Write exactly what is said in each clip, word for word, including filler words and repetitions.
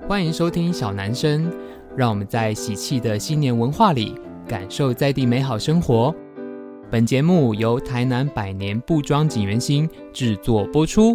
欢迎收听小男生，让我们在喜气的新年文化里感受在地美好生活。本节目由台南百年布庄景元兴制作播出。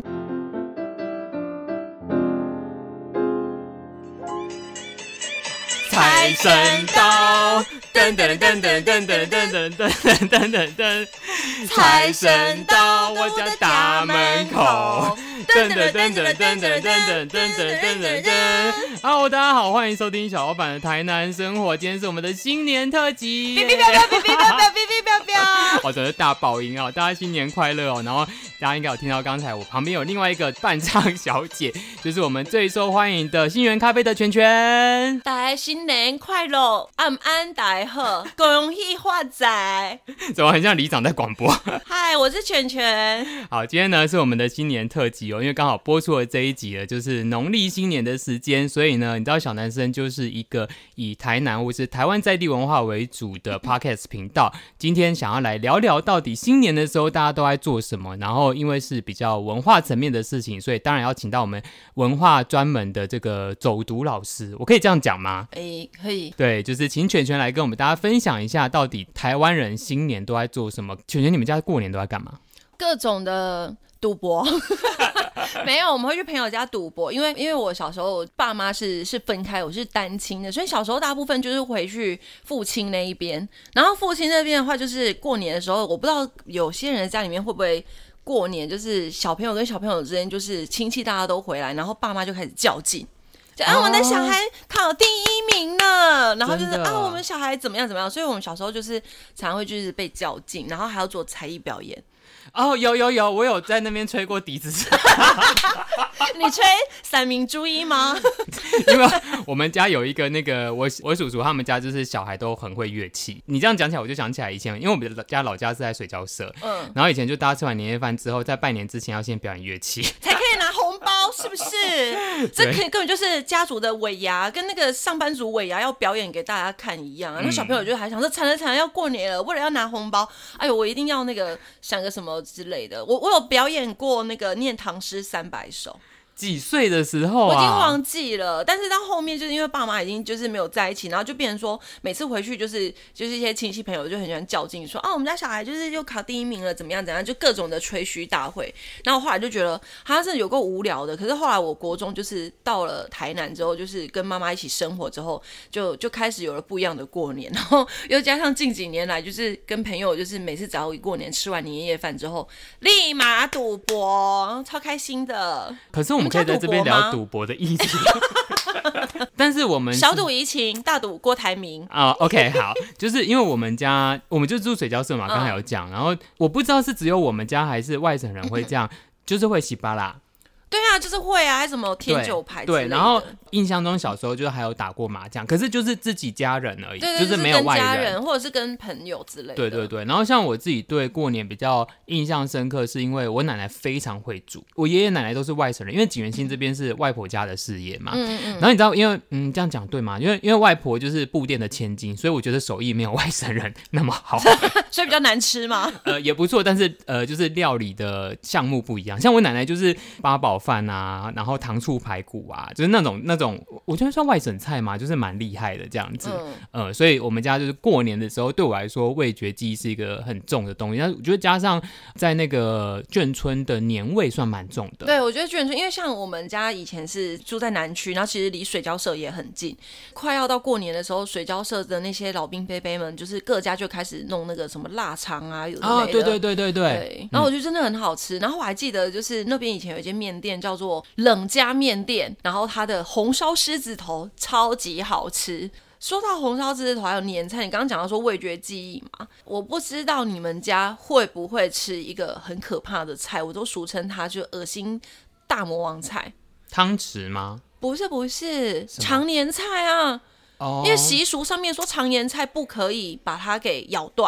财神到，噔噔噔噔噔噔噔噔噔噔噔噔，财神到我家大门口，噔噔噔噔噔噔噔噔噔噔噔噔。Hello， 大家好，欢迎收听小老板的台南生活。今天是我们的新年特辑， 哔哔哔哔哔哔哔哔哔哔， 哦，真的大爆音啊！大家新年快乐哦！然后大家应该有听到刚才我旁边有另外一个伴唱小姐，就是我们最受欢迎的新源咖啡的全全。 大家新年快乐，安安大家好，恭喜发财！ 怎么很像里长在广播？ 嗨，我是全全。 好，今天呢是我们的新年特辑哦，因为刚好播出了这一集了，就是农历新年的时间，所以呢，你知道小男生就是一个以台南或是台湾在地文化为主的 podcast 频道。今天想要来聊聊到底新年的时候大家都在做什么，然后因为是比较文化层面的事情，所以当然要请到我们文化专门的这个走读老师，我可以这样讲吗？ 诶，可以。 对，就是请全全来跟我们大家分享一下，到底台湾人新年都在做什么。全全，你们家过年都在干嘛？ 各种的赌博。没有，我们会去朋友家赌博，因为因为我小时候我爸妈是是分开，我是单亲的，所以小时候大部分就是回去父亲那一边，然后父亲那边的话，就是过年的时候，我不知道有些人家里面会不会过年，就是小朋友跟小朋友之间，就是亲戚大家都回来，然后爸妈就开始较劲。就啊，我的小孩考第一名了，然后就是啊，我们小孩怎么样怎么样，所以我们小时候就是常常会就是被较劲，然后还要做才艺表演。 哦，有有有，我有在那边吹过笛子。 你吹三民主义吗？ 因为我们家有一个那个我我叔叔他们家就是小孩都很会乐器。你这样讲起来，我就想起来以前，因为我们家老家是在水交社，嗯，然后以前就大家吃完年夜饭之后，在拜年之前要先表演乐器， 才可以拿红包，是不是？这根本就是家族的尾牙，跟那个上班族尾牙要表演给大家看一样啊。那小朋友就还想说，惨了惨了，要过年了，为了要拿红包，哎呦，我一定要那个想个什么之类的。我我有表演过那个念唐诗三百首。 几岁的时候啊？ 我已经忘记了，但是到后面就是因为爸妈已经就是没有在一起，然后就变成说每次回去就是就是一些亲戚朋友就很喜欢较劲，说啊我们家小孩就是又考第一名了，怎么样怎么样，就各种的吹嘘大会。然后后来就觉得好像真的有够无聊的。可是后来我国中就是到了台南之后，就是跟妈妈一起生活之后，就就开始有了不一样的过年。然后又加上近几年来就是跟朋友就是每次只要一过年吃完年夜饭之后，立马赌博，超开心的。 可是我们我们可以在这边聊赌博的议题，但是我们小赌怡情，大赌郭台铭啊、uh, OK 好，就是因为我们家我们就住水交社嘛，刚才有讲，然后我不知道是只有我们家还是外省人会这样，就是会洗巴啦。 对啊，就是会啊，还什么天九牌之类的。 对，然后印象中小时候就还有打过麻将，可是就是自己家人而已， 对对就是没有外人， 跟家人或者是跟朋友之类的。 对对对，然后像我自己对过年比较印象深刻，是因为我奶奶非常会煮，我爷爷奶奶都是外省人，因为景元兴这边是外婆家的事业嘛。嗯嗯。然后你知道，因为嗯这样讲对吗？因为因为外婆就是布店的千金，所以我觉得手艺没有外省人那么好， 所以比较难吃吗？ 呃，也不错，但是呃就是料理的项目不一样，像我奶奶就是八宝饭啊，然后糖醋排骨啊，就是那种那种，我觉得算外省菜嘛，就是蛮厉害的这样子。嗯，呃，所以我们家就是过年的时候，对我来说味觉记忆是一个很重的东西。但是我觉得加上在那个眷村的年味算蛮重的。 对，我觉得眷村，因为像我们家以前是住在南区，然后其实离水交社也很近。快要到过年的时候，水交社的那些老兵伯伯们，就是各家就开始弄那个什么腊肠啊，有的没的。 啊，对对对对对。 对，然后我觉得真的很好吃。嗯、然后我还记得，就是那边以前有一间面店叫做冷家面店，然后它的红烧狮子头超级好吃。说到红烧狮子头还有年菜，你刚刚讲到说味觉记忆嘛，我不知道你们家会不会吃一个很可怕的菜，我都俗称它就恶心大魔王菜。 汤匙吗？ 不是不是，长年菜啊。Oh. 因为习俗上面说长年菜不可以把它给咬断，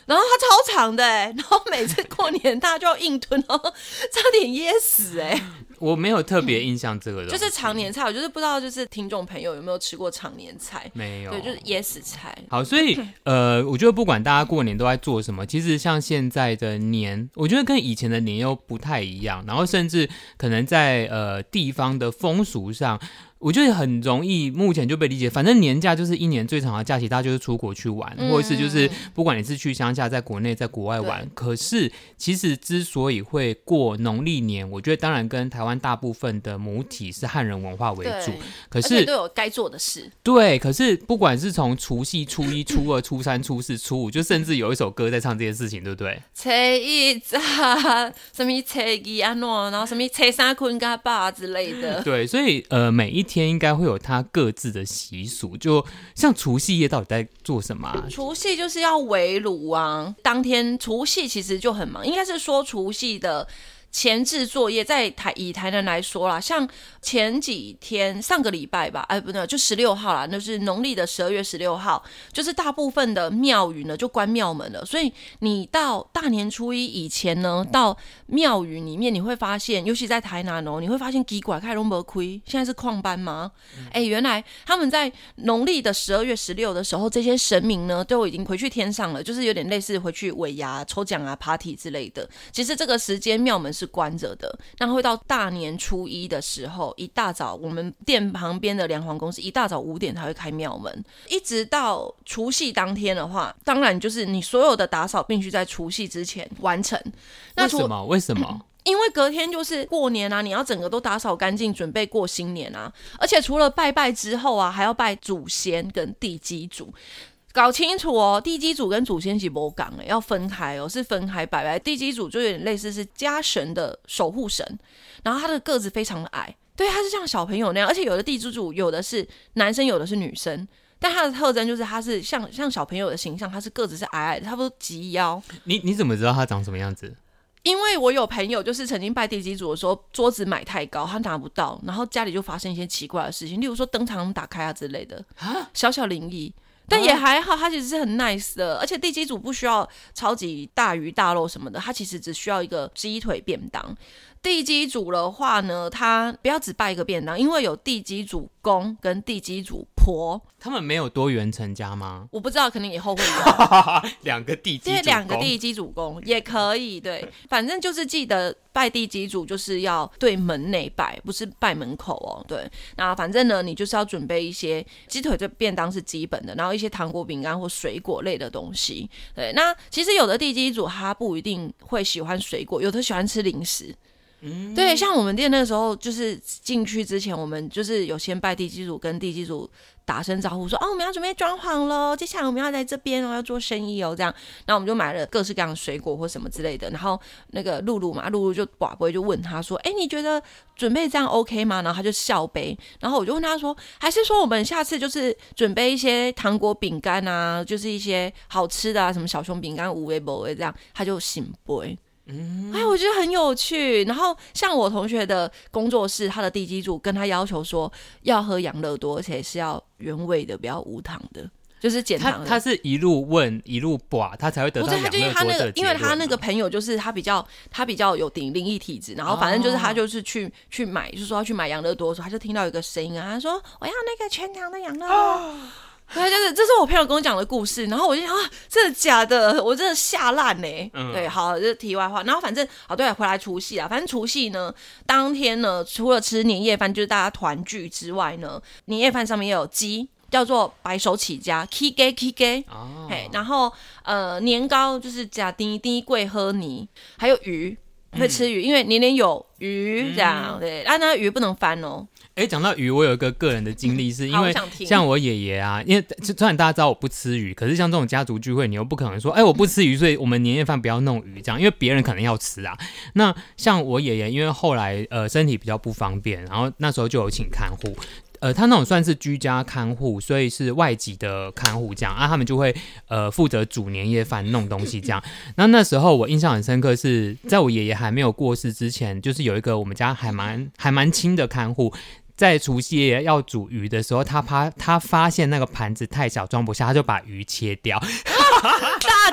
然后它超长的哎、欸，然后每次过年大家就要硬吞，然后差点噎死哎、欸。 我没有特别印象这个的、嗯， 就是常年菜，我就是不知道，就是听众朋友有没有吃过常年菜？ 没有， 对，就是噎死菜。 好，所以呃，我觉得不管大家过年都在做什么，其实像现在的年，我觉得跟以前的年又不太一样，然后甚至可能在呃地方的风俗上。我觉得很容易，目前就被理解。反正年假就是一年最长的假期，大家就是出国去玩，嗯、或者是就是不管你是去乡下、在国内、在国外玩。可是其实之所以会过农历年，我觉得当然跟台湾大部分的母体是汉人文化为主，可是而且都有该做的事。 对，可是不管是从除夕、初一、初二、初三、初四、初五，就甚至有一首歌在唱这件事情，对不对？ 初一早，什么初二安怎，然后什么初三困甲饱之类的。 对，所以呃每一天应该会有他各自的习俗，就像除夕夜到底在做什么、啊？ 除夕就是要围炉啊，当天除夕其实就很忙，应该是说除夕的前置作业，在台以台南来说啦，像前几天上个礼拜吧，哎不对，就十六号啦，那是农历的十二月十六号，就是大部分的庙宇呢就关庙门了，所以你到大年初一以前呢，到庙宇里面你会发现，尤其在台南哦，你会发现奇怪，开都没开，现在是旷班吗？哎、嗯，原来他们在农历的十二月十六的时候，这些神明呢都已经回去天上了，就是有点类似回去尾牙、抽奖啊、party 之类的。其实这个时间庙门是关着的，那会到大年初一的时候，一大早我们店旁边的梁皇宫是一大早五点才会开庙门，一直到除夕当天的话，当然就是你所有的打扫必须在除夕之前完成。那为什么？为什么？ 因为隔天就是过年啊，你要整个都打扫干净，准备过新年啊。而且除了拜拜之后啊，还要拜祖先跟地基主。搞清楚哦，地基主跟祖先是不同的，要分开哦，是分开拜拜。地基主就有点类似是家神的守护神，然后他的个子非常的矮，对，他是像小朋友那样，而且有的地基主有的是男生，有的是女生。但他的特征就是他是像像小朋友的形象，他是个子是矮矮的，差不多及腰。 你你怎么知道他长什么样子？ 因为我有朋友就是曾经拜地基主的时候，桌子买太高，他拿不到，然后家里就发生一些奇怪的事情，例如说灯常打开啊之类的，小小灵异。但也还好，他其实是很 nice 的，而且地基主不需要超级大鱼大肉什么的，他其实只需要一个鸡腿便当。地基主的话呢，他不要只拜一个便当，因为有地基主公跟地基主婆， 他们没有多元成家吗？ 我不知道，可能以后会有两个地基主公， 对，两个地基主公也可以，对，反正就是记得拜地基主就是要对门内拜，不是拜门口哦。对，那反正呢，你就是要准备一些鸡腿这便当是基本的，然后一些糖果、饼干或水果类的东西。对，那其实有的地基主他不一定会喜欢水果，有的喜欢吃零食。嗯、对，像我们店那个时候，就是进去之前，我们就是有先拜地基主，跟地基主打声招呼说，哦，我们要准备装潢咯，接下来我们要在这边哦，要做生意哦，这样，然后我们就买了各式各样的水果或什么之类的，然后那个露露嘛，露露就拔杯就问他说，哎，你觉得准备这样 OK 吗？然后他就笑杯，然后我就问他说，还是说我们下次就是准备一些糖果、饼干啊，就是一些好吃的啊，什么小熊饼干、五味不味这样，他就醒杯。嗯，哎，我觉得很有趣。然后像我同学的工作室，他的地基主跟他要求说要喝养乐多，而且是要原味的，不要无糖的，就是减糖的。 他他是一路问一路拔，他才会得到养乐多的结论。不是，他就因为他那个， 因为他那个朋友就是他比较他比较有灵灵异体质，然后反正就是他就是去、哦、去买，就是说要去买养乐多的时候，他就听到有个声音啊，他说我要那个全糖的养乐多。哦，对，就是这是我朋友跟我讲的故事，然后我就想啊，真的假的？我真的吓烂呢。嗯，对，好，这是题外话。然后反正好，对，回来除夕啊，反正除夕呢，当天呢，除了吃年夜饭，就是大家团聚之外呢，年夜饭上面也有鸡，叫做白手起家 ，K G K G， 哦，嘿，然后呃年糕就是加丁丁桂喝泥，还有鱼。会吃鱼，因为年年有余这样，嗯、对，啊，那鱼不能翻哦。 哎，讲到鱼，我有一个个人的经历，是因为像我爷爷啊，因为虽然大家知道我不吃鱼，可是像这种家族聚会，你又不可能说，哎，我不吃鱼，所以我们年夜饭不要弄鱼这样，因为别人可能要吃啊。那像我爷爷，因为后来呃身体比较不方便，然后那时候就有请看护。呃，他那种算是居家看护，所以是外籍的看护这样啊，他们就会呃负责煮年夜饭、弄东西这样。那那时候我印象很深刻是，在我爷爷还没有过世之前，就是有一个我们家还蛮还蛮亲的看护，在除夕夜要煮鱼的时候，他怕他发现那个盘子太小装不下，他就把鱼切掉。 大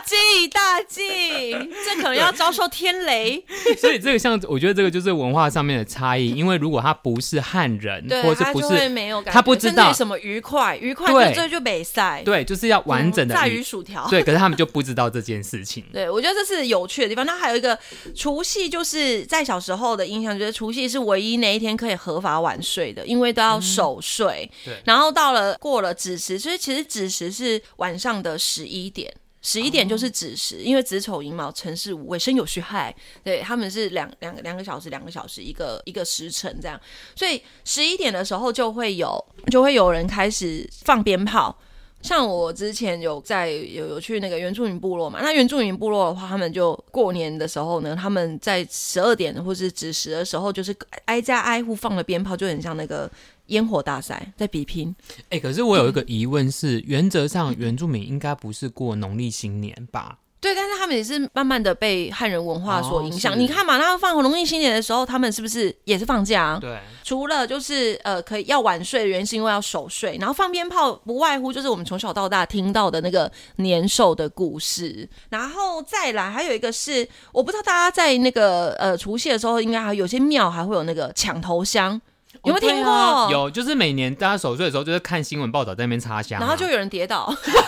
忌大忌，这可能要遭受天雷。 所以这个像我觉得这个就是文化上面的差异，因为如果他不是汉人， 对， 或者是不是没有感觉， 他不知道什么愉快，愉快这就没赛， 对，就是要完整的炸鱼薯条， 对，可是他们就不知道这件事情。 对，我觉得这是有趣的地方。那还有一个除夕，就是在小时候的印象，觉得除夕是唯一那一天可以合法晚睡的，因为都要守岁。嗯、对，然后到了过了子时，所以其实子时是晚上的十一点。十一点就是子时，哦、因为子丑寅卯辰巳午未申酉戌亥，对，他们是两两两个小时，两个小时一个一个时辰这样，所以十一点的时候就会有就会有人开始放鞭炮。像我之前有在有有去那个原住民部落嘛，那原住民部落的话，他们就过年的时候呢，他们在十二点或是子时的时候，就是挨家挨户放了鞭炮，就很像那个烟火大赛在比拼。 哎、欸，可是我有一个疑问是，嗯、原则上原住民应该不是过农历新年吧？ 对，但是他们也是慢慢的被汉人文化所影响。 哦、 你看嘛，他们放农历新年的时候，他们是不是也是放假、啊？ 对。 除了就是呃可以要晚睡的原因，是因为要守岁，然后放鞭炮不外乎就是我们从小到大听到的那个年兽的故事，然后再来还有一个是，我不知道大家在那个呃除夕的时候，应该还有些庙还会有那个抢头香。有没有听过、 哦啊？有，就是每年大家守岁的时候，就是看新闻报道在那边插香、啊， 然后就有人跌倒，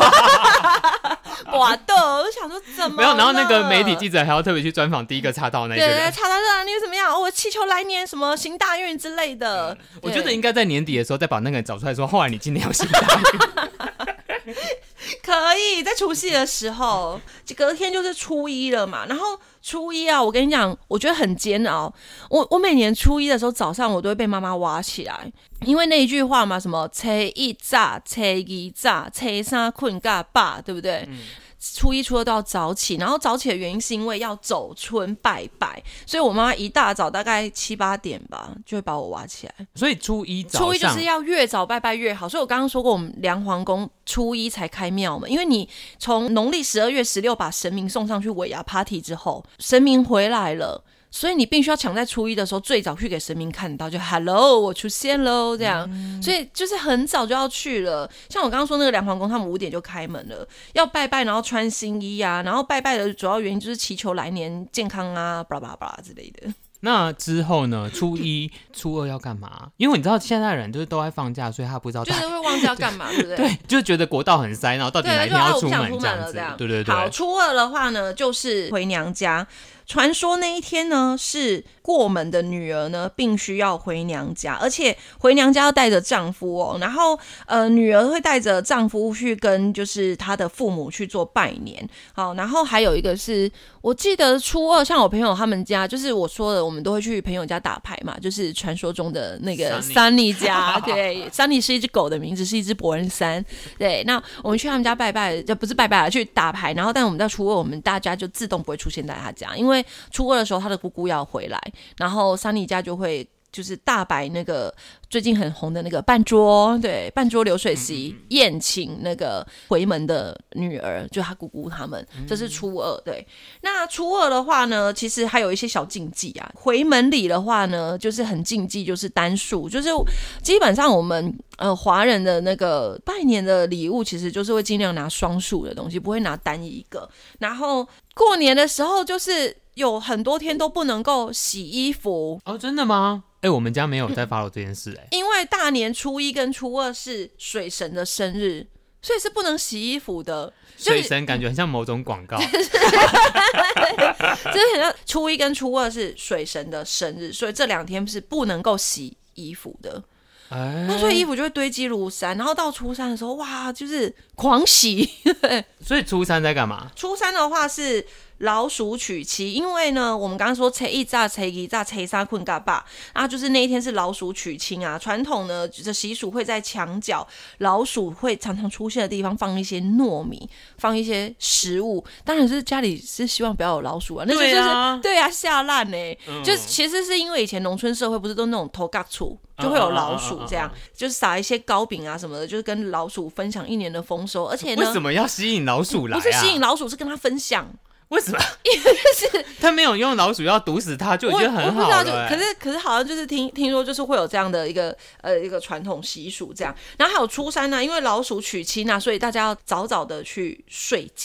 哇的，我就想说怎么没有？然后那个媒体记者还要特别去专访第一个插到那个人， 对，插到这你怎么样？我、哦、祈求来年什么行大运之类的、嗯。 我觉得应该在年底的时候再把那个人找出来说，后来你今年有行大运。 可以在除夕的时候，隔天就是初一了嘛，然后。初一啊，我跟你讲，我觉得很煎熬。我我每年初一的时候早上，我都会被妈妈挖起来，因为那一句话嘛，什么初一早、初二早、初三困嘎爸，对不对？嗯，初一初二都要早起，然后早起的原因是因为要走春拜拜，所以我妈妈一大早大概七八点吧，就会把我挖起来。 所以初一早上， 初一就是要越早拜拜越好。所以我刚刚说过，我们梁皇宫初一才开庙嘛，因为你从农历十二月十六把神明送上去尾牙 party 之后，神明回来了。所以你必须要抢在初一的时候最早去给神明看到，就 Hello 我出现喽这样、嗯，所以就是很早就要去了。像我刚刚说那个梁皇宫，他们五点就开门了，要拜拜，然后穿新衣啊，然后拜拜的主要原因就是祈求来年健康啊，巴拉巴拉之类的。 那之后呢？初一、初二要干嘛？因为你知道现在人就是都在放假，所以他不知道， 就是会忘记要干嘛，对不对？ 对，就觉得国道很塞，然后到底哪一天要出门这样子。对对对。 好，初二的话呢，就是回娘家。传说那一天呢，是过门的女儿呢，必须要回娘家，而且回娘家要带着丈夫哦。然后呃，女儿会带着丈夫去跟就是她的父母去做拜年。好，然后还有一个是我记得初二，像我朋友他们家，就是我说的，我们都会去朋友家打牌嘛，就是传说中的那个 Sunny 家。对 ，Sunny 是一只狗的名字，是一只伯恩山。对，那我们去他们家拜拜，就不是拜拜了，去打牌。然后，但我们到初二，我们大家就自动不会出现在他家，因为初二的时候，他的姑姑要回来，然后桑尼家就会就是大摆那个最近很红的那个半桌，对，半桌流水席宴请那个回门的女儿，就他姑姑他们，这是初二。对，那初二的话呢，其实还有一些小禁忌啊。回门礼的话呢，就是很禁忌，就是单数，就是基本上我们呃华人的那个拜年的礼物，其实就是会尽量拿双数的东西，不会拿单一个。然后过年的时候，就是有很多天都不能够洗衣服哦，真的吗？哎、欸，我们家没有在 follow 这件事哎、欸， 因为大年初一跟初二是水神的生日，所以是不能洗衣服的。 水神感觉很像某种广告，就是很像初一跟初二是水神的生日，所以这两天是不能够洗衣服的。哎、那所以衣服就会堆积如山，然后到初三的时候，哇，就是狂洗。 所以初三在干嘛？ 初三的话是老鼠娶妻，因为呢，我们刚刚说初一早、初二早、初三困嘎爸，啊，就是那一天是老鼠娶亲啊。传统呢的习俗会在墙角老鼠会常常出现的地方放一些糯米，放一些食物。当然是家里是希望不要有老鼠啊，那就是、啊、对啊下烂呢、欸嗯。就其实是因为以前农村社会不是都那种偷嘎厝，就会有老鼠这样，啊啊啊啊啊就是撒一些糕饼啊什么的，就是跟老鼠分享一年的丰收。而且呢， 为什么要吸引老鼠来、啊？ 不是吸引老鼠，是跟他分享。 为什么？因为是他没有用老鼠药毒死他，就已经很好了、欸。我不知道， 可是可是好像就是听听说，就是会有这样的一个呃一个传统习俗这样。然后还有初三呢，因为老鼠娶亲啊，所以大家要早早的去睡觉。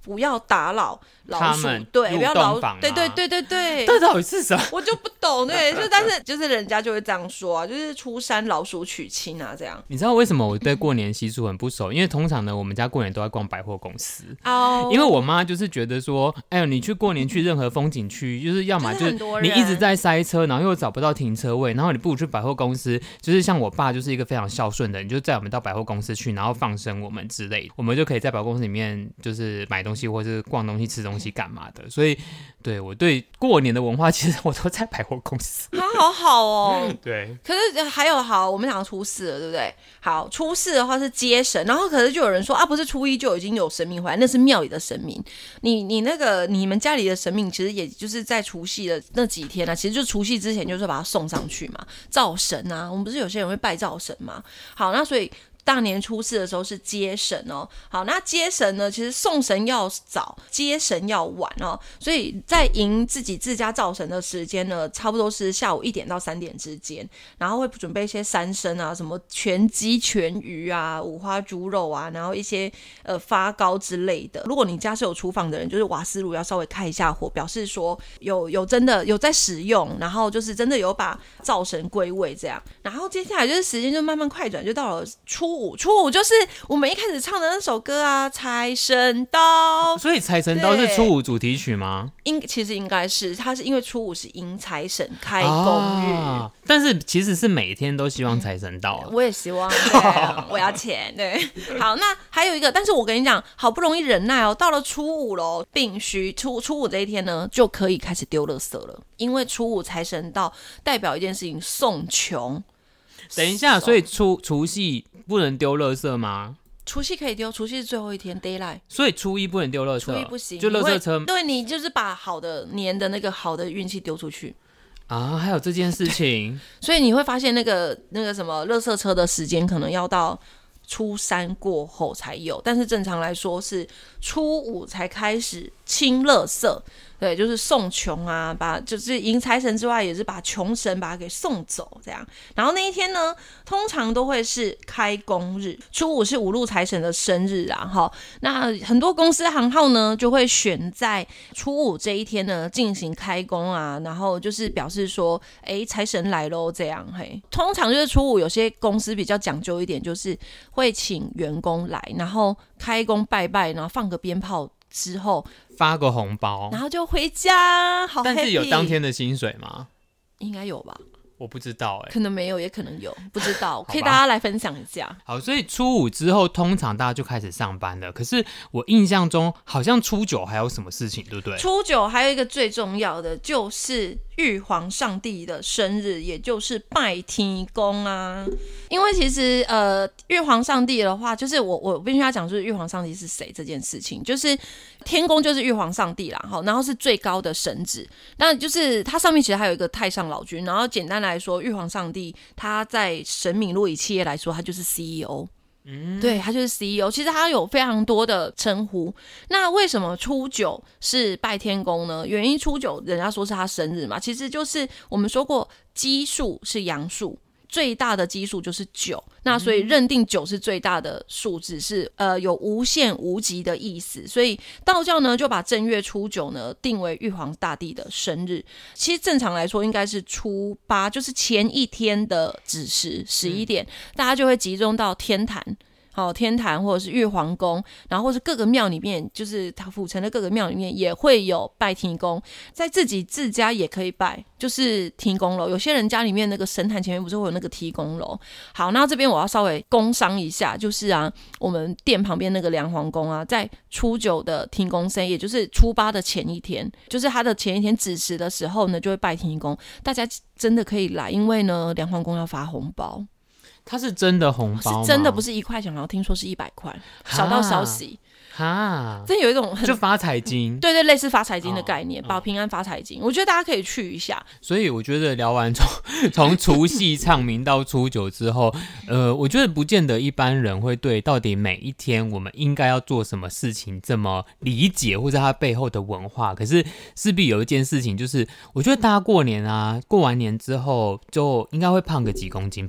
不要打扰老鼠，对， 入不要老， 洞房对对对对对， 这到底是什么？ 我就不懂，对，就但是就是人家就会这样说啊，就是出山老鼠娶亲啊，这样。 你知道为什么我对过年习俗很不熟？因为通常呢，我们家过年都在逛百货公司哦， oh, 因为我妈就是觉得说，哎呦，你去过年去任何风景区，就是要么就是你一直在塞车，然后又找不到停车位，然后你不如去百货公司。就是像我爸就是一个非常孝顺的人，就载我们到百货公司去，然后放生我们之类的，我们就可以在百货公司里面就是买东西或是逛东西、吃东西干嘛的。所以，对我对过年的文化，其实我都在百货公司。 啊，好好哦。 对。 可是还有好，我们讲初四了，对不对？好，初四的话是接神，然后可是就有人说啊，不是初一就已经有神明回来，那是庙里的神明。你你那个你们家里的神明，其实也就是在除夕的那几天啊，其实就除夕之前就是把它送上去嘛，灶神啊，我们不是有些人会拜灶神嘛？好，那所以大年初四的时候是接神哦。好，那接神呢，其实送神要早，接神要晚哦。所以在迎自己自家灶神的时间呢，差不多是下午一点到三点之间，然后会准备一些三牲啊，什么全鸡、全鱼啊、五花猪肉啊，然后一些呃发糕之类的。如果你家是有厨房的人，就是瓦斯炉要稍微开一下火，表示说有有真的有在使用，然后就是真的有把灶神归位这样。然后接下来就是时间就慢慢快转，就到了初五，初五就是我们一开始唱的那首歌啊，财神到。 所以财神到是初五主题曲吗？ 应其实应该是，它是因为初五是迎财神开工日、啊， 但是其实是每天都希望财神到、啊。 我也希望，对、啊，我要钱，对。好，那还有一个，但是我跟你讲，好不容易忍耐哦，到了初五喽，必须初初五这一天呢，就可以开始丢垃圾了，因为初五财神到，代表一件事情，送穷。 等一下，所以除除夕不能丢垃圾吗？ 除夕可以丢，除夕是最后一天 daylight， 所以初一不能丢垃圾， 初一不行， 就垃圾车， 对，你就是把好的年的那个好的运气丢出去啊，还有这件事情， 所以你会发现那个那个什么垃圾车的时间可能要到初三过后才有，但是正常来说是初五才开始清垃圾。对，就是送穷啊，把就是迎财神之外，也是把穷神把它给送走这样。然后那一天呢，通常都会是开工日，初五是五路财神的生日啊，哈。那很多公司行号呢，就会选在初五这一天呢进行开工啊，然后就是表示说，哎，财神来咯这样。嘿，通常就是初五有些公司比较讲究一点，就是会请员工来，然后开工拜拜，然后放个鞭炮。之后发个红包， 然后就回家，好 happy。 但是有当天的薪水吗？ 应该有吧， 我不知道哎、欸， 可能没有，也可能有，不知道，可以大家来分享一下。 好，所以初五之后，通常大家就开始上班了。可是我印象中，好像初九还有什么事情，对不对？ 初九还有一个最重要的，就是玉皇上帝的生日，也就是拜天公啊。因为其实呃，玉皇上帝的话，就是我我必须要讲，就是玉皇上帝是谁这件事情，就是天公就是玉皇上帝啦，然后是最高的神旨。那就是它上面其实还有一个太上老君，然后简单来说，玉皇上帝他在神明如果以企业来说，他就是 C E O。嗯，对，他就是 C E O。其实他有非常多的称呼。那为什么初九是拜天公呢？原因初九人家说是他生日嘛，其实就是我们说过奇数是阳数，最大的基数就是九，那所以认定九是最大的数字，是呃有无限无极的意思，所以道教呢就把正月初九呢定为玉皇大帝的生日。其实正常来说应该是初八，就是前一天的子时十一点、嗯，大家就会集中到天坛。哦，天坛或者是玉皇宫，然后或是各个庙里面，就是它府城的各个庙里面也会有拜天公，在自己自家也可以拜，就是天公楼。有些人家里面那个神坛前面不是会有那个天公楼？好，那这边我要稍微工商一下，就是啊，我们店旁边那个梁皇宫啊，在初九的天公生，也就是初八的前一天，就是他的前一天子时的时候呢，就会拜天公。大家真的可以来，因为呢，梁皇宫要发红包。 它是真的红包吗？ 是真的，不是一块钱，然后听说是一百块，小道消息。 哈， 这有一种很就发财金， 对对，类似发财金的概念，保、 哦、 平安发财金，我觉得大家可以去一下。 所以我觉得聊完从从除夕唱名到初九之后，呃，我觉得不见得一般人会对到底每一天我们应该要做什么事情这么理解，或者它背后的文化。可是势必有一件事情，就是我觉得大家过年啊，过完年之后就应该会胖个几公斤吧。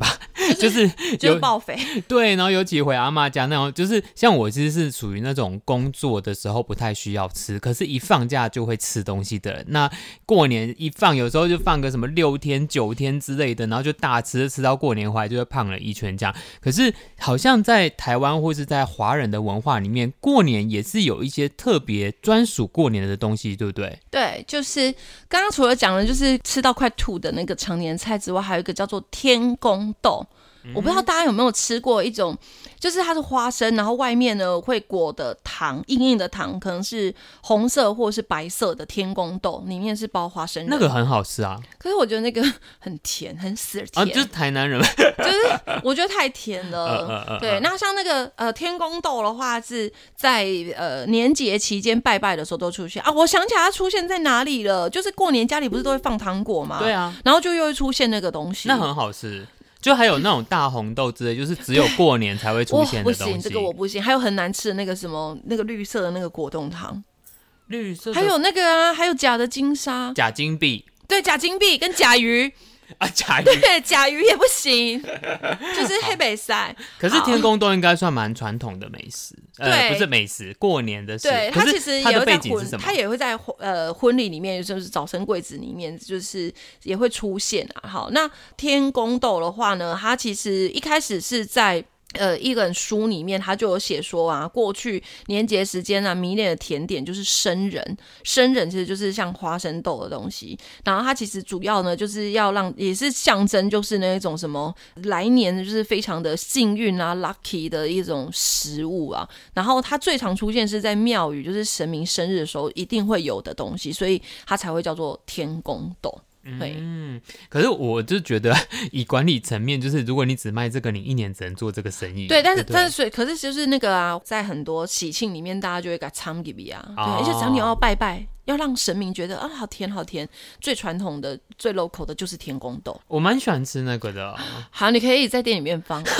就是就是报废。 对，然后尤其回阿嬷家那种，就是像我其实是属于那种工作的时候不太需要吃，可是一放假就会吃东西的人。那过年一放，有时候就放个什么六天九天之类的，然后就大吃，吃到过年回来就会胖了一圈这样。可是好像在台湾或是在华人的文化里面，过年也是有一些特别专属过年的东西，对不对？ 对，就是刚刚除了讲的就是吃到快吐的那个常年菜之外，还有一个叫做天公豆。我不知道大家有没有吃过一种，就是它是花生，然后外面呢会裹的糖，硬硬的糖，可能是红色或是白色的天公豆，里面是包花生仁。 那个很好吃啊， 可是我觉得那个很甜，很死甜。 啊，就是台南人， 就是我觉得太甜了。 呃呃呃对，那像那个呃天公豆的话，是在呃年节期间拜拜的时候都出现啊。我想起来它出现在哪里了，就是过年家里不是都会放糖果吗？ 对啊， 然后就又会出现那个东西， 那很好吃。就还有那种大红豆之类，就是只有过年才会出现的东西。 不行，这个我不行。还有很难吃的那个什么，那个绿色的那个果冻糖， 绿色的， 还有那个啊，还有假的金沙、 假金币， 对，假金币跟假鱼啊，假鱼， 对，假鱼也不行，就是黑北塞。 可是天公豆应该算蛮传统的美食，呃， 对， 不是美食，过年的事。 对，它其实也它的会在婚， 背景是什么？ 它也会在呃婚礼里面，就是早生贵子里面，就是也会出现啊。好，那天公豆的话呢，它其实一开始是在。呃，一本书里面他就有写说啊，过去年节时间啊，迷恋的甜点就是生仁，生仁其实就是像花生豆的东西，然后它其实主要呢就是要让，也是象征就是那一种什么来年就是非常的幸运啊 lucky 的一种食物啊，然后它最常出现是在庙宇，就是神明生日的时候一定会有的东西，所以它才会叫做天公豆。 嗯，可是我就觉得以管理层面，就是如果你只卖这个，你一年只能做这个生意。 对，但是对对， 但是可是就是那个啊，在很多喜庆里面，大家就会给参给比啊，对， 哦而且长你要拜拜，要让神明觉得啊好甜好甜，最传统的最 local 的就是天公豆。 我蛮喜欢吃那个的。 好，你可以在店里面放。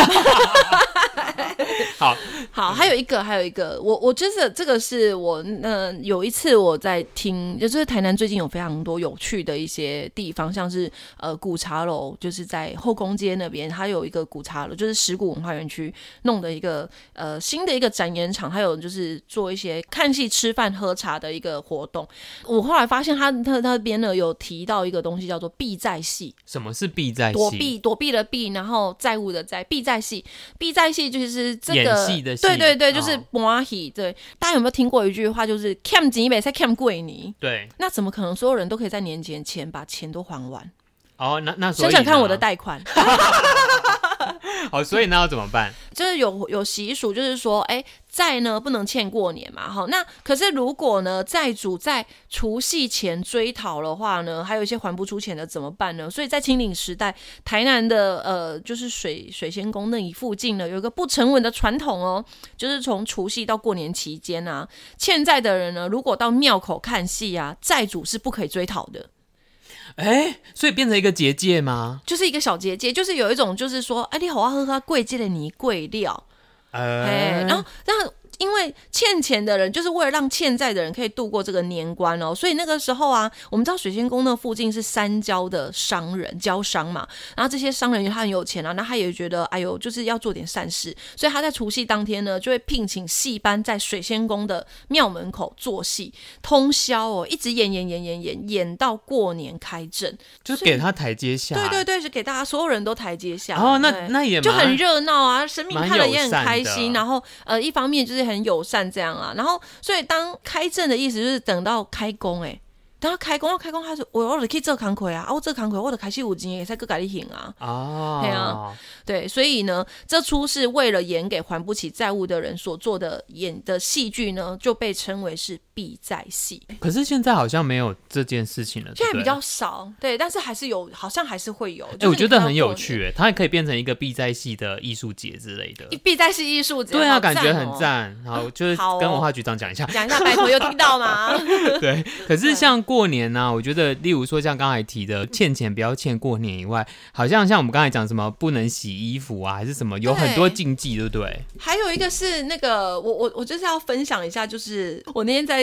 好好，还有一个，还有一个，我我真的这个是我呃有一次我在听，就是台南最近有非常多有趣的一些地方，像是呃古茶楼，就是在后宫街那边，它有一个古茶楼，就是石鼓文化园区弄的一个呃新的一个展演场，还有就是做一些看戏、吃饭、喝茶的一个活动。我后来发现他他那边呢有提到一个东西叫做避债戏。 什么是避债戏？ 躲避躲避的避，然后债务的债，避债戏。避债戏就是这个演戏的戏， 对对对，就是哦博戏。对，大家有没有听过一句话，就是欠钱没才欠贵你？ 对， 那怎么可能所有人都可以在年前前把钱都还完？ 哦，那那所以呢想想看我的贷款。 好，所以那要怎么办？ 就是有有习俗，就是说，哎，债呢不能欠过年嘛，哈。那可是如果呢债主在除夕前追讨的话呢，还有一些还不出钱的怎么办呢？所以在清领时代，台南的呃就是水水仙宫那一附近呢，有一个不成文的传统哦，就是从除夕到过年期间啊，欠债的人呢，如果到庙口看戏啊，债主是不可以追讨的。 哎，所以变成一个结界吗？ 就是一个小结界，就是有一种就是说，哎，你好啊，喝喝贵界的你贵料， 呃， 哎，然后然后。因为欠钱的人就是为了让欠债的人可以度过这个年关哦，所以那个时候啊，我们知道水仙宫那附近是三交的商人，交商嘛，然后这些商人他很有钱啊，那他也觉得哎呦就是要做点善事，所以他在除夕当天呢，就会聘请戏班在水仙宫的庙门口做戏，通宵哦，一直演演演演演演到过年开正， 就是给他台阶下。 对对对，是给大家所有人都台阶下。 哦，那那也就很热闹啊，神明看了也很开蛮心，然后呃一方面就是很友善这样啊，然后所以当开正的意思就是等到开工哎、欸。等他开工，要开工，他说我我可以做工课啊，啊我做工课，我就开始有钱，也才搁家里行啊。 哦， 对啊，对，所以呢，这出是为了演给还不起债务的人所做的演的戏剧呢，就被称为是避债戏。 可是现在好像没有这件事情了， 现在比较少，对，但是还是有，好像还是会有。哎、 欸，我觉得很有趣，哎，它还可以变成一个避债戏的艺术节之类的。 避债戏艺术节， 对啊， 哦、 感觉很赞。好，就是跟文化局长讲一下， 讲、哦、一下，拜托，有听到吗？ 对，可是像过年呢、啊，我觉得，例如说像刚才提的欠钱不要欠过年以外，好像像我们刚才讲什么不能洗衣服啊，还是什么，有很多禁忌，对不对？ 还有一个是那个，我我我就是要分享一下，就是我那天在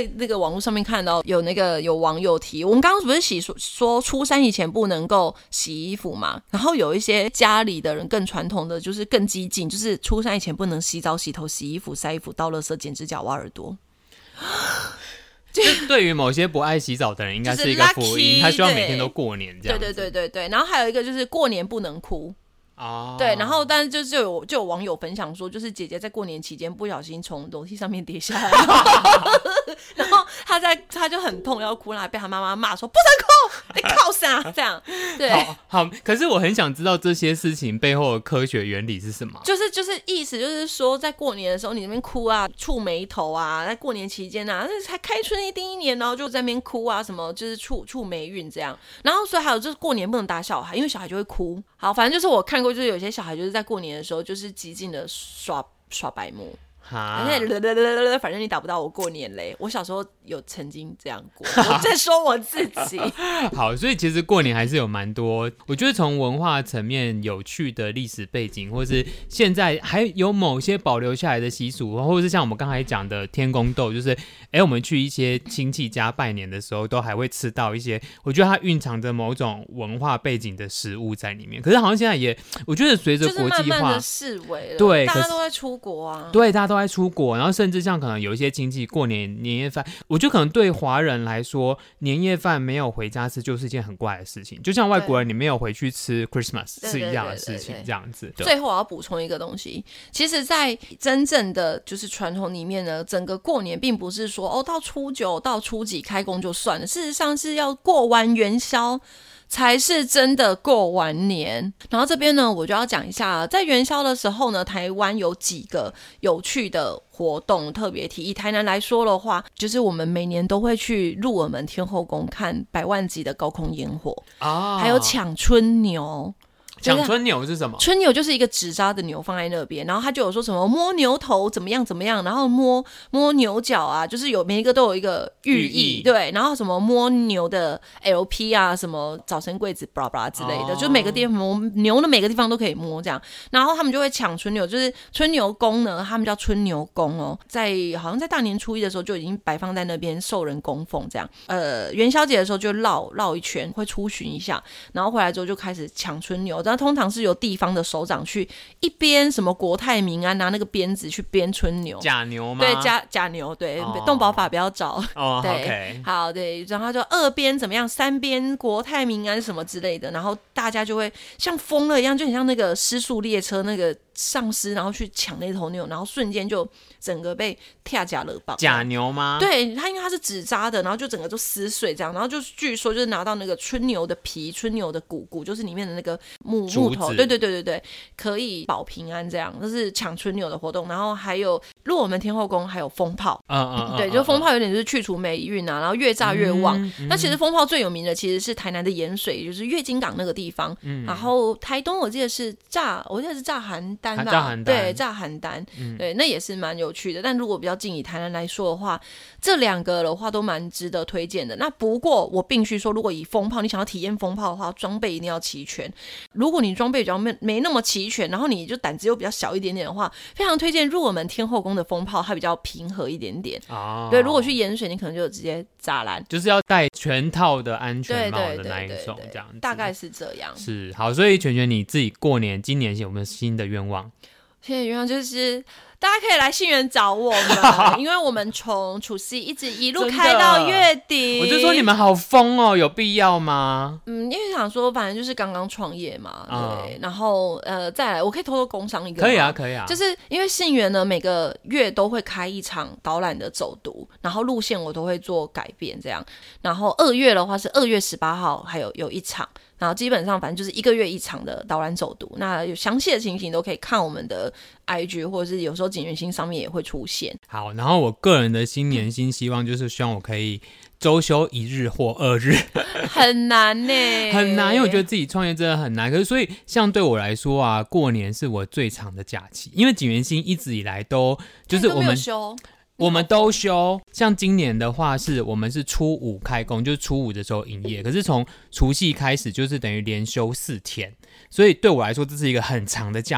在那个网络上面看到有那个有网友提，我们刚刚不是洗说说初三以前不能够洗衣服嘛，然后有一些家里的人更传统的就是更激进，就是初三以前不能洗澡洗头洗衣服晒衣服倒垃圾剪指甲挖耳朵。 就对于某些不爱洗澡的人应该是一个福音，他希望每天都过年这样子。 对对对对对，然后还有一个就是过年不能哭。 哦， 对，然后但是就就有就有网友分享说，就是姐姐在过年期间不小心从楼梯上面跌下来，然后她在她就很痛要哭，然后被她妈妈骂说不能哭，你靠啥这样？对， 好，好，可是我很想知道这些事情背后的科学原理是什么？ 就是就是意思就是说，在过年的时候你那边哭啊、触眉头啊，在过年期间啊，那才开春第一年，然后就在那边哭啊，什么就是触触霉运这样，然后所以还有就是过年不能打小孩，因为小孩就会哭。好，反正就是我看过，就是有些小孩就是在过年的时候就是激进的耍耍白目。而且反正你打不到我过年嘞。我小时候有曾经这样过，我在说我自己。 好，所以其实过年还是有蛮多，我觉得从文化层面有趣的历史背景，或是现在还有某些保留下来的习俗，或者是像我们刚才讲的天公斗，就是哎，我们去一些亲戚家拜年的时候，都还会吃到一些，我觉得它蕴藏着某种文化背景的食物在里面。可是好像现在也，我觉得随着国际化， 就是慢慢的式微了， 对， 大家都在出国啊， 对，大家都在出国，然后甚至像可能有一些亲戚过年年夜饭，我觉得可能对华人来说，年夜饭没有回家吃就是一件很怪的事情，就像外国人你没有回去吃 Christmas 是一样的事情，这样子。 最后我要补充一个东西，其实在真正的就是传统里面呢，整个过年并不是说哦到初九到初几开工就算了，事实上是要过完元宵才是真的过完年。然后这边呢我就要讲一下，在元宵的时候呢，台湾有几个有趣的活动特别提。以台南来说的话，就是我们每年都会去鹿耳门天后宫看百万级的高空烟火、哦、还有抢春牛。 抢春牛是什么？ 春牛就是一个纸扎的牛放在那边，然后他就有说什么摸牛头怎么样怎么样，然后摸摸牛角啊，就是有每一个都有一个寓意，对，然后什么摸牛的 L P 啊，什么早生贵子 blah blah 之类的、哦、就每个地方牛的每个地方都可以摸这样，然后他们就会抢春牛，就是春牛公呢，他们叫春牛公哦，在好像在大年初一的时候就已经摆放在那边受人供奉这样，呃，元宵节的时候就绕绕一圈，会出巡一下，然后回来之后就开始抢春牛。但通常是由地方的首长去一边什么国泰民安拿那个鞭子去鞭春牛， 假牛吗？ 对，假假牛，对，哦、动保法不要找哦， 对， okay. 好，对，然后就二边怎么样，三边国泰民安什么之类的，然后大家就会像疯了一样，就很像那个失速列车那个丧尸，然后去抢那头牛，然后瞬间就整个被跳假了吧？ 假牛吗？ 对，它因为它是纸扎的，然后就整个就撕碎这样，然后就据说就是拿到那个春牛的皮、春牛的骨骨，就是里面的那个木木头，对对对对对，可以保平安这样，这是抢春牛的活动。然后还有鹿耳门天后宫还有风炮，嗯嗯嗯，对，就风炮有点就是去除霉运啊，然后越炸越旺。嗯嗯、那其实风炮最有名的其实是台南的盐水，就是月津港那个地方。嗯、然后台东我记得是炸，我记得是炸邯郸吧， 炸邯郸， 对，炸邯郸，嗯、对，那也是蛮有趣的。但如果比较近以台南来说的话，这两个的话都蛮值得推荐的。那不过我必须说，如果以风炮你想要体验风炮的话，装备一定要齐全。如果你装备比较 没, 没那么齐全，然后你就胆子又比较小一点点的话，非常推荐入我们天后宫的风炮，它比较平和一点点。哦、对，如果去盐水，你可能就直接炸烂， 就是要戴全套的安全帽的那一种，这样子， 大概是这样。 是好，所以全全你自己过年今年有没有新的愿望？ 新的愿望就是大家可以来信源找我们，因为我们从除夕一直一路开到月底。 我就说你们好疯哦，有必要吗？ 嗯，因为想说反正就是刚刚创业嘛，对，嗯、然后呃再来，我可以偷偷工商一个吗？ 可以啊，可以啊。 就是因为信源呢，每个月都会开一场导览的走读，然后路线我都会做改变这样。然后二月的话是二月十八号，还有有一场。然后基本上反正就是一个月一场的导览走读，那有详细的情形都可以看我们的 I G， 或者是有时候景元星上面也会出现。 好，然后我个人的新年新希望就是希望我可以周休一日或二日。 很难耶， 很难，因为我觉得自己创业真的很难。可是所以像对我来说啊，过年是我最长的假期，因为景元星一直以来都就是我们都没有休， 我们都休，像今年的话是我们是初五开工，就是初五的时候营业，可是从除夕开始就是等于连休四天，所以对我来说这是一个很长的假，因为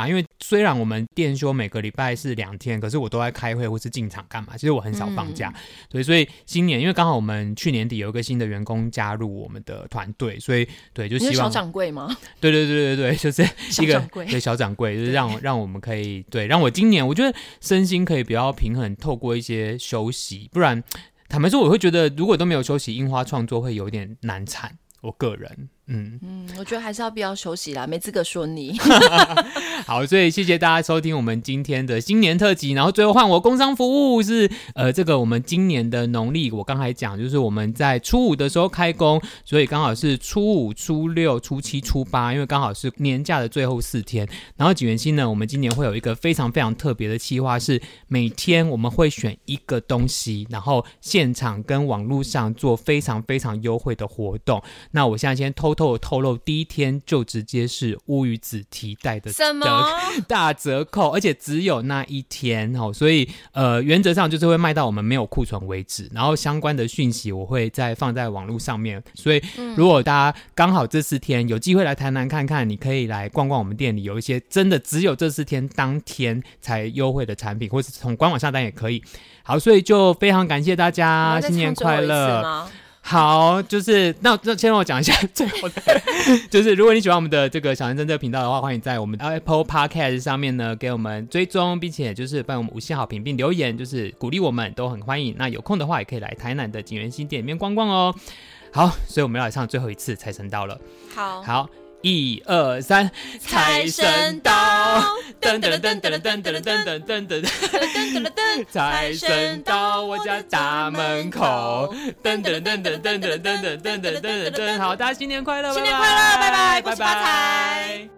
虽然我们店休每个礼拜是两天，可是我都在开会或是进场干嘛，其实我很少放假、嗯、对，所以新年因为刚好我们去年底有一个新的员工加入我们的团队，所以对就希望你是小掌柜吗？ 对对对对对，就是一个小掌柜， 对小掌柜，就是让让我们可以对让我今年我觉得身心可以比较平衡，透过一些休息，不然坦白说我会觉得如果都没有休息，樱花创作会有点难产，我个人嗯嗯，我觉得还是要必要休息啦，没资格说你。 好，所以谢谢大家收听我们今天的新年特辑，然后最后换我工商服务是呃，这个我们今年的农历，我刚才讲就是我们在初五的时候开工，所以刚好是初五、初六、初七、初八，因为刚好是年假的最后四天。然后锦源兴呢，我们今年会有一个非常非常特别的企划，是每天我们会选一个东西，然后现场跟网络上做非常非常优惠的活动。那我现在先偷偷的透露，第一天就直接是乌鱼子提袋的什么大折扣，而且只有那一天、哦、所以呃原则上就是会卖到我们没有库存为止，然后相关的讯息我会再放在网络上面，所以如果大家刚好这四天有机会来台南看看，你可以来逛逛我们店里，有一些真的只有这四天当天才优惠的产品，或是从官网下单也可以。好，所以就非常感谢大家，新年快乐。好，就是那那先让我讲一下最后的，就是如果你喜欢我们的这个小男生这个频道的话，欢迎在我们 Apple Podcast 上面呢给我们追踪，并且就是帮我们五星好评并留言，就是鼓励我们，都很欢迎。那有空的话也可以来台南的锦源兴店里面逛逛哦。好，所以我们要来唱最后一次财神到了。 好， 好。一二三，财神到！噔噔噔噔噔噔噔噔噔噔噔噔，财神到我家大门口！噔噔噔噔噔噔噔噔噔噔噔噔，好，大家新年快乐！ 新年快乐，拜拜， 拜拜。